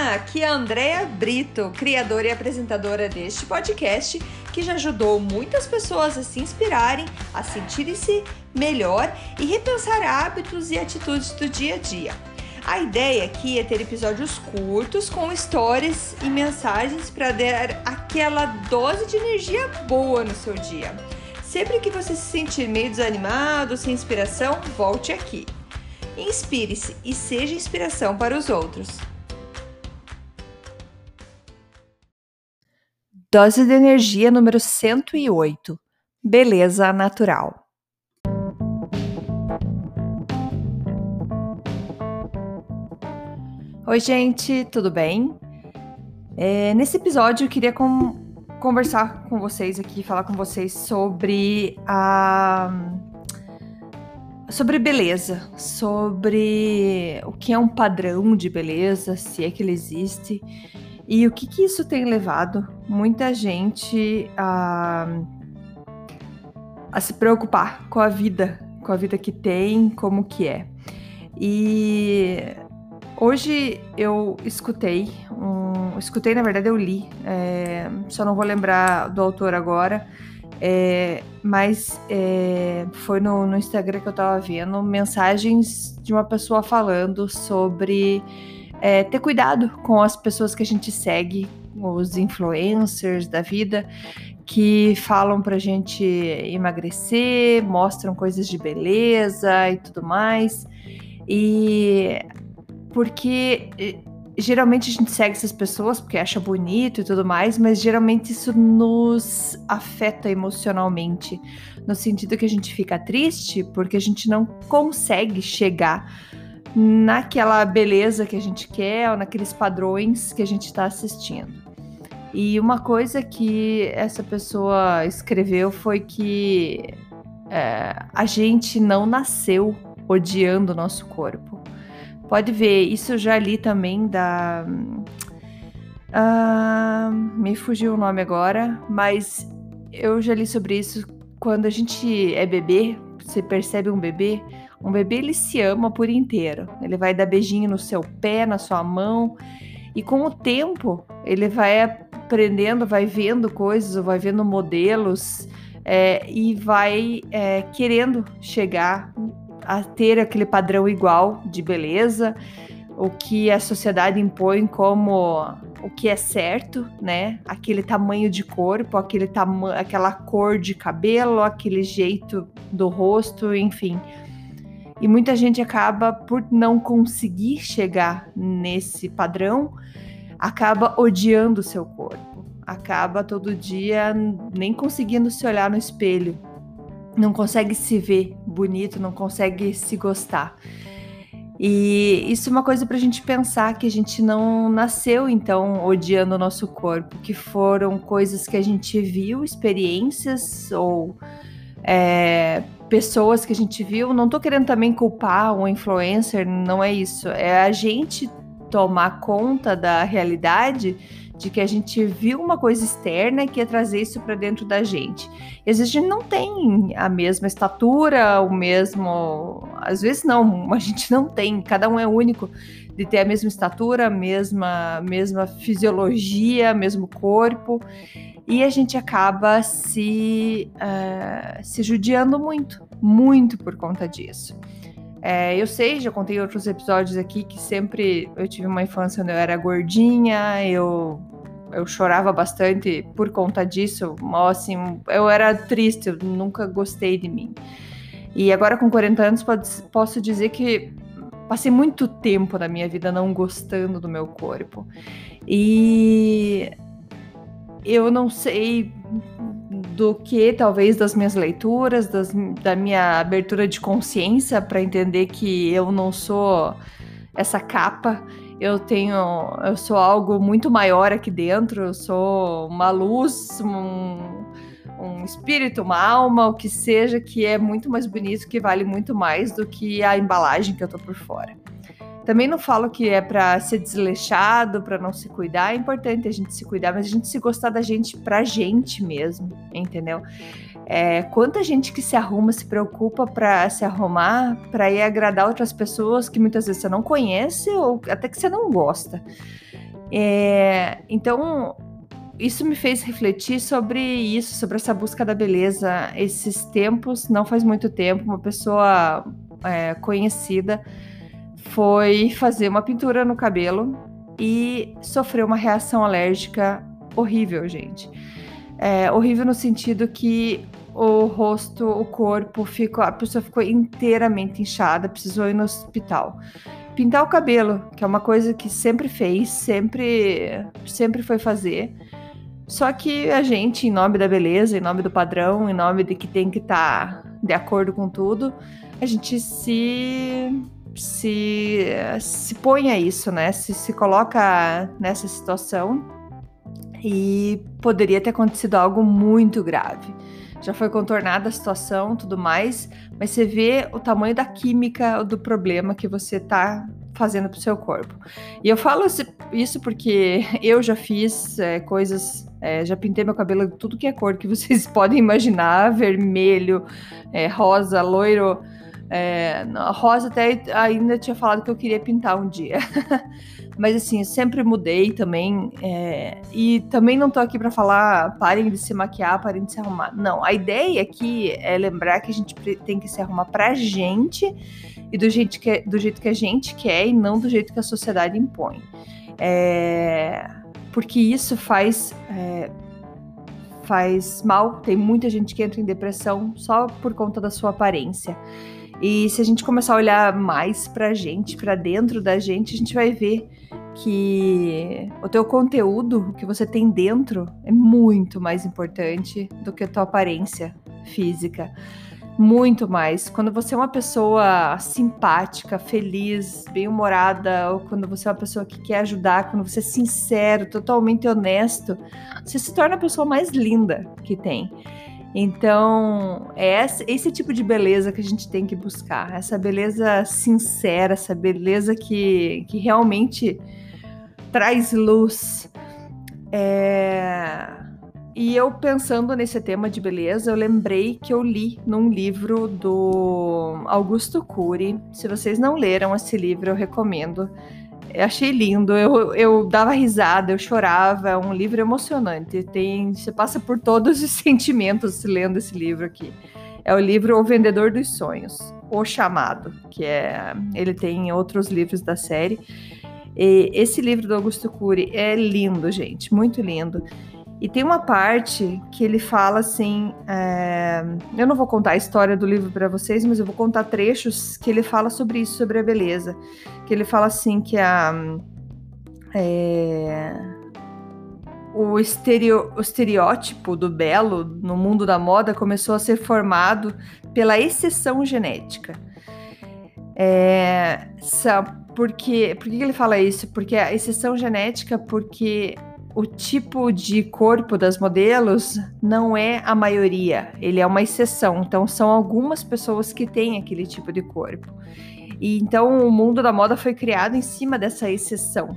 Olá, aqui é a Andrea Brito, criadora e apresentadora deste podcast, que já ajudou muitas pessoas a se inspirarem, a sentirem-se melhor e repensar hábitos e atitudes do dia a dia. A ideia aqui é ter episódios curtos com histórias e mensagens para dar aquela dose de energia boa no seu dia. Sempre que você se sentir meio desanimado, sem inspiração, volte aqui. Inspire-se e seja inspiração para os outros. Dose de energia número 108. Beleza natural. Oi, gente, tudo bem? Nesse episódio eu queria conversar com vocês aqui, falar com vocês sobre beleza, sobre o que é um padrão de beleza, se é que ele existe, e o que isso tem levado muita gente a se preocupar com a vida que tem, como que é. E hoje eu escutei, na verdade eu li, só não vou lembrar do autor agora, mas foi no Instagram que eu tava vendo mensagens de uma pessoa falando sobre ter cuidado com as pessoas que a gente segue, os influencers da vida, que falam pra gente emagrecer, mostram coisas de beleza e tudo mais, e porque geralmente a gente segue essas pessoas porque acha bonito e tudo mais, mas geralmente isso nos afeta emocionalmente, no sentido que a gente fica triste porque a gente não consegue chegar naquela beleza que a gente quer ou naqueles padrões que a gente está assistindo. E uma coisa que essa pessoa escreveu foi que a gente não nasceu odiando o nosso corpo. Pode ver, isso eu já li também me fugiu o nome agora, mas eu já li sobre isso. Quando a gente é bebê, você percebe um bebê ele se ama por inteiro. Ele vai dar beijinho no seu pé, na sua mão, e com o tempo ele vai aprendendo, vai vendo coisas, ou vai vendo modelos, e vai querendo chegar a ter aquele padrão igual de beleza, o que a sociedade impõe como o que é certo, né? Aquele tamanho de corpo, aquela cor de cabelo, aquele jeito do rosto, enfim. E muita gente acaba, por não conseguir chegar nesse padrão, acaba odiando o seu corpo, acaba todo dia nem conseguindo se olhar no espelho, não consegue se ver bonito, não consegue se gostar. E isso é uma coisa pra gente pensar, que a gente não nasceu, então, odiando o nosso corpo, que foram coisas que a gente viu, experiências ou pessoas que a gente viu. Não tô querendo também culpar um influencer, não é isso. É a gente tomar conta da realidade de que a gente viu uma coisa externa e quer trazer isso para dentro da gente. E às vezes a gente não tem a mesma estatura, o mesmo... Às vezes não, a gente não tem, cada um é único, de ter a mesma estatura, a mesma fisiologia, mesmo corpo, e a gente acaba se judiando muito por conta disso. Eu sei, já contei em outros episódios aqui que sempre eu tive uma infância onde eu era gordinha, eu chorava bastante por conta disso, assim, eu era triste, eu nunca gostei de mim. E agora com 40 anos posso dizer que passei muito tempo na minha vida não gostando do meu corpo. E eu não sei do que, talvez das minhas leituras, da minha abertura de consciência para entender que eu não sou essa capa, eu sou algo muito maior aqui dentro, eu sou uma luz, um espírito, uma alma, o que seja, que é muito mais bonito, que vale muito mais do que a embalagem que eu tô por fora. Também não falo que é para ser desleixado, para não se cuidar. É importante a gente se cuidar, mas a gente se gostar da gente pra gente mesmo, entendeu? Quanta gente que se arruma, se preocupa para se arrumar, para ir agradar outras pessoas que muitas vezes você não conhece ou até que você não gosta. Então, isso me fez refletir sobre isso, sobre essa busca da beleza. Esses tempos, não faz muito tempo, uma pessoa conhecida foi fazer uma pintura no cabelo e sofreu uma reação alérgica horrível, gente. Horrível no sentido que o rosto, o corpo, a pessoa ficou inteiramente inchada, precisou ir no hospital. Pintar o cabelo, que é uma coisa que sempre fez, sempre foi fazer. Só que a gente, em nome da beleza, em nome do padrão, em nome de que tem que estar de acordo com tudo, a gente se põe a isso, né? Se coloca nessa situação e poderia ter acontecido algo muito grave. Já foi contornada a situação, tudo mais, mas você vê o tamanho da química do problema que você tá fazendo pro seu corpo. E eu falo isso porque eu já fiz coisas, já pintei meu cabelo de tudo que é cor que vocês podem imaginar, vermelho, rosa, loiro, rosa até ainda tinha falado que eu queria pintar um dia. Mas assim, eu sempre mudei também, e também não tô aqui pra falar parem de se maquiar, parem de se arrumar. Não, a ideia aqui é lembrar que a gente tem que se arrumar pra gente e do jeito que a gente quer e não do jeito que a sociedade impõe. Porque isso faz mal, tem muita gente que entra em depressão só por conta da sua aparência. E se a gente começar a olhar mais pra gente, pra dentro da gente, a gente vai ver que o teu conteúdo, o que você tem dentro, é muito mais importante do que a tua aparência física. Muito mais. Quando você é uma pessoa simpática, feliz, bem-humorada, ou quando você é uma pessoa que quer ajudar, quando você é sincero, totalmente honesto, você se torna a pessoa mais linda que tem. Então, é esse tipo de beleza que a gente tem que buscar, essa beleza sincera, essa beleza que realmente traz luz. E eu pensando nesse tema de beleza, eu lembrei que eu li num livro do Augusto Cury. Se vocês não leram esse livro, eu recomendo. Eu achei lindo, eu dava risada, eu chorava, é um livro emocionante. Você passa por todos os sentimentos lendo esse livro aqui. É o livro O Vendedor dos Sonhos, O Chamado, ele tem outros livros da série. E esse livro do Augusto Cury é lindo, gente, muito lindo. E tem uma parte que ele fala assim, eu não vou contar a história do livro para vocês, mas eu vou contar trechos que ele fala sobre isso, sobre a beleza. Que ele fala assim que o estereótipo do belo no mundo da moda começou a ser formado pela exceção genética. Por que ele fala isso? Porque a exceção genética, porque o tipo de corpo das modelos não é a maioria, ele é uma exceção. Então, são algumas pessoas que têm aquele tipo de corpo. E então, o mundo da moda foi criado em cima dessa exceção.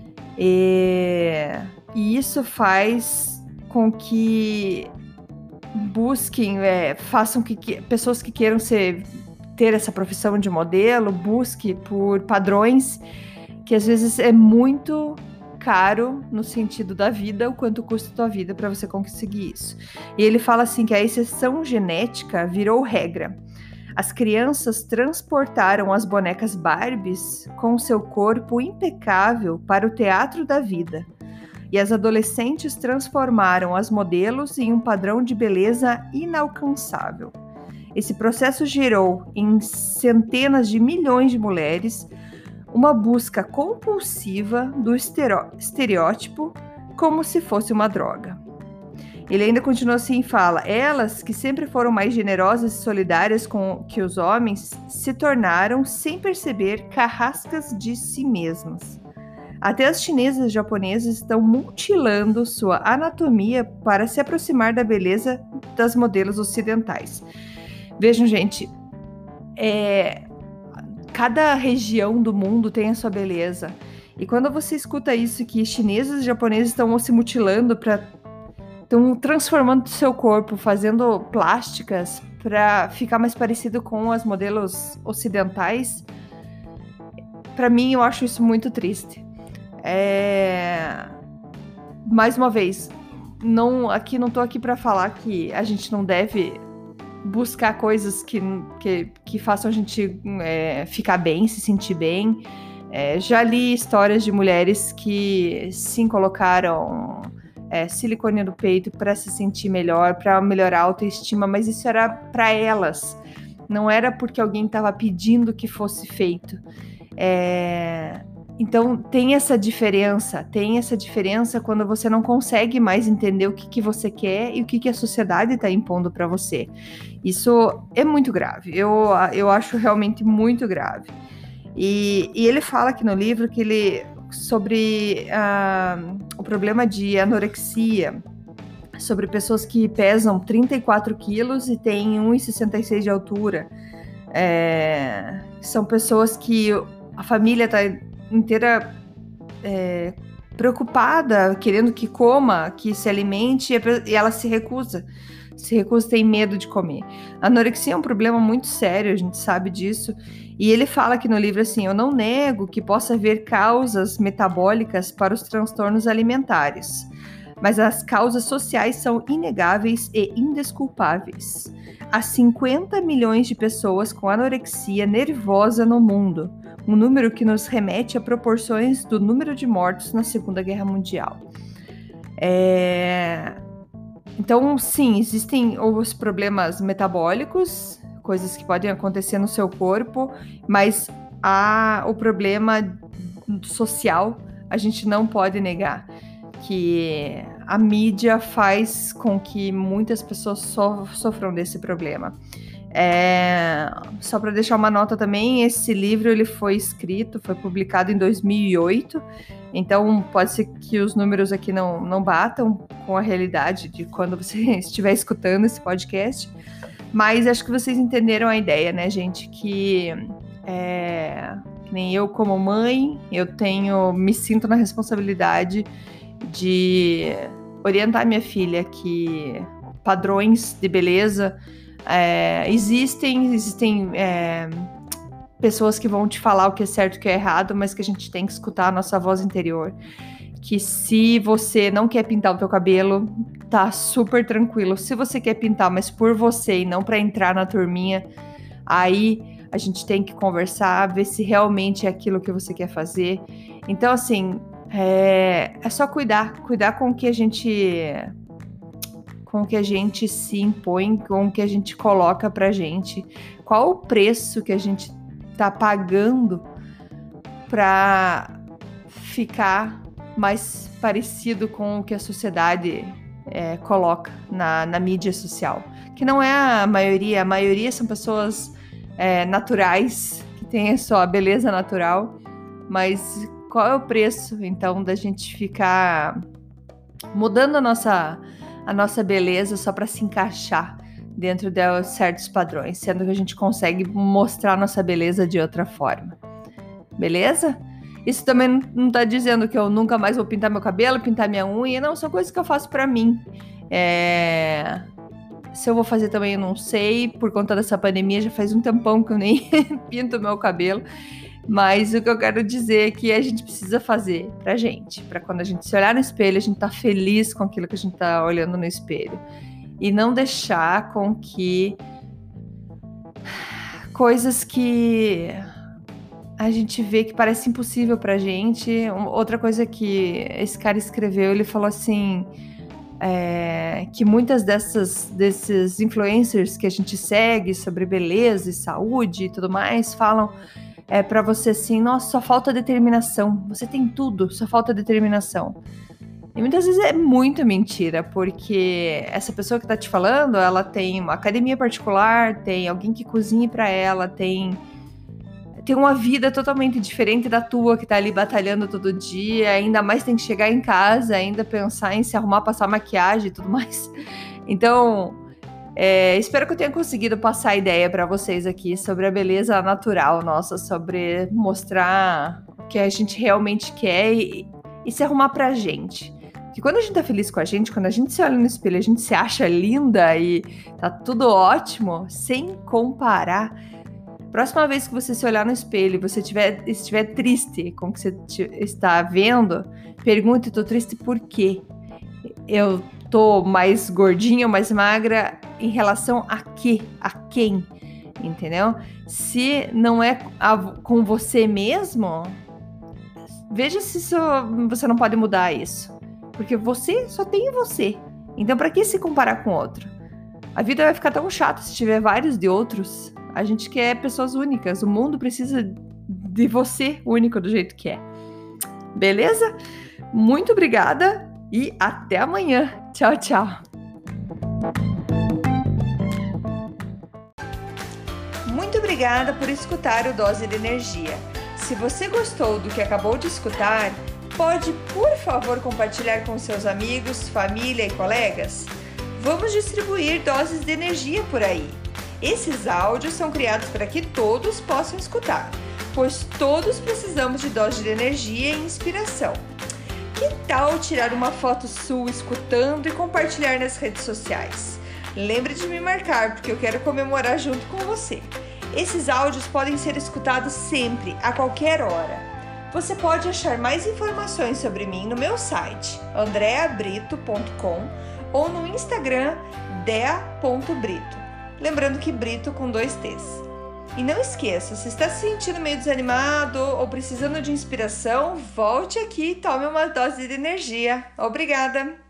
E isso faz com que façam que pessoas que queiram ter essa profissão de modelo, busque por padrões que às vezes é muito caro no sentido da vida, o quanto custa a tua vida para você conseguir isso. E ele fala assim que a exceção genética virou regra. As crianças transportaram as bonecas Barbies com seu corpo impecável para o teatro da vida. E as adolescentes transformaram as modelos em um padrão de beleza inalcançável. Esse processo gerou em centenas de milhões de mulheres uma busca compulsiva do estereótipo como se fosse uma droga. Ele ainda continua assim e fala: elas, que sempre foram mais generosas e solidárias que os homens, se tornaram, sem perceber, carrascas de si mesmas. Até as chinesas e japonesas estão mutilando sua anatomia para se aproximar da beleza das modelos ocidentais. Vejam, gente, cada região do mundo tem a sua beleza. E quando você escuta isso, que chineses e japoneses estão se mutilando estão transformando o seu corpo, fazendo plásticas para ficar mais parecido com as modelos ocidentais, para mim eu acho isso muito triste. Mais uma vez, não tô aqui para falar que a gente não deve buscar coisas que façam a gente ficar bem, se sentir bem. Já li histórias de mulheres que sim colocaram silicone no peito para se sentir melhor, para melhorar a autoestima, mas isso era para elas, não era porque alguém estava pedindo que fosse feito. Então tem essa diferença quando você não consegue mais entender o que você quer e o que a sociedade está impondo para você. Isso é muito grave, eu acho realmente muito grave. E ele fala aqui no livro sobre o problema de anorexia, sobre pessoas que pesam 34 quilos e têm 1,66 de altura. São pessoas que a família está inteira preocupada, querendo que coma, que se alimente, e ela se recusa, tem medo de comer. A anorexia é um problema muito sério, a gente sabe disso, e ele fala aqui no livro assim: eu não nego que possa haver causas metabólicas para os transtornos alimentares, mas as causas sociais são inegáveis e indesculpáveis. Há 50 milhões de pessoas com anorexia nervosa no mundo, um número que nos remete a proporções do número de mortos na Segunda Guerra Mundial. Então, sim, existem os problemas metabólicos, coisas que podem acontecer no seu corpo, mas há o problema social, a gente não pode negar, que a mídia faz com que muitas pessoas sofram desse problema. Só para deixar uma nota também, esse livro ele foi publicado em 2008, então pode ser que os números aqui não batam com a realidade de quando você estiver escutando esse podcast, mas acho que vocês entenderam a ideia, né, gente, que nem eu como mãe, me sinto na responsabilidade de orientar minha filha que padrões de beleza existem pessoas que vão te falar o que é certo e o que é errado, mas que a gente tem que escutar a nossa voz interior. Que se você não quer pintar o teu cabelo, tá super tranquilo. Se você quer pintar, mas por você e não para entrar na turminha, aí a gente tem que conversar, ver se realmente é aquilo que você quer fazer. Então, assim, é só cuidar com o que a gente se impõe, com o que a gente coloca pra gente. Qual o preço que a gente tá pagando pra ficar mais parecido com o que a sociedade coloca na mídia social? Que não é a maioria são pessoas naturais, que têm a sua beleza natural, mas qual é o preço, então, da gente ficar mudando a nossa beleza só para se encaixar dentro de certos padrões, sendo que a gente consegue mostrar nossa beleza de outra forma. Beleza? Isso também não tá dizendo que eu nunca mais vou pintar meu cabelo, pintar minha unha, não, são coisas que eu faço para mim. Se eu vou fazer também eu não sei, por conta dessa pandemia já faz um tempão que eu nem pinto meu cabelo. Mas o que eu quero dizer é que a gente precisa fazer pra gente, pra quando a gente se olhar no espelho, a gente tá feliz com aquilo que a gente tá olhando no espelho. E não deixar com que coisas que a gente vê que parece impossível pra gente. Outra coisa que esse cara escreveu, ele falou assim, que muitas desses influencers que a gente segue sobre beleza e saúde e tudo mais, falam pra você assim: nossa, só falta determinação, você tem tudo, só falta determinação. E muitas vezes é muito mentira, porque essa pessoa que tá te falando, ela tem uma academia particular, tem alguém que cozinhe pra ela, tem uma vida totalmente diferente da tua, que tá ali batalhando todo dia, ainda mais tem que chegar em casa, ainda pensar em se arrumar, passar maquiagem e tudo mais. Então, espero que eu tenha conseguido passar a ideia para vocês aqui sobre a beleza natural nossa, sobre mostrar o que a gente realmente quer e se arrumar pra gente. Porque quando a gente tá feliz com a gente, quando a gente se olha no espelho, a gente se acha linda e tá tudo ótimo, sem comparar, Próxima vez que você se olhar no espelho e você estiver triste com o que você está vendo, pergunte, tô triste por quê? Eu tô mais gordinha ou mais magra em relação a quê? A quem? Entendeu? Se não é com você mesmo, veja se você não pode mudar isso. Porque você só tem você. Então, para que se comparar com outro? A vida vai ficar tão chata se tiver vários de outros. A gente quer pessoas únicas. O mundo precisa de você único do jeito que é. Beleza? Muito obrigada e até amanhã. Tchau, tchau. Muito obrigada por escutar o Dose de Energia. Se você gostou do que acabou de escutar, pode, por favor, compartilhar com seus amigos, família e colegas? Vamos distribuir doses de energia por aí. Esses áudios são criados para que todos possam escutar, pois todos precisamos de doses de energia e inspiração. Que tal tirar uma foto sua escutando e compartilhar nas redes sociais? Lembre de me marcar, porque eu quero comemorar junto com você. Esses áudios podem ser escutados sempre, a qualquer hora. Você pode achar mais informações sobre mim no meu site, andreabrito.com, ou no Instagram, dea.brito. Lembrando que Brito com 2 T's. E não esqueça, se está se sentindo meio desanimado ou precisando de inspiração, volte aqui e tome uma dose de energia. Obrigada!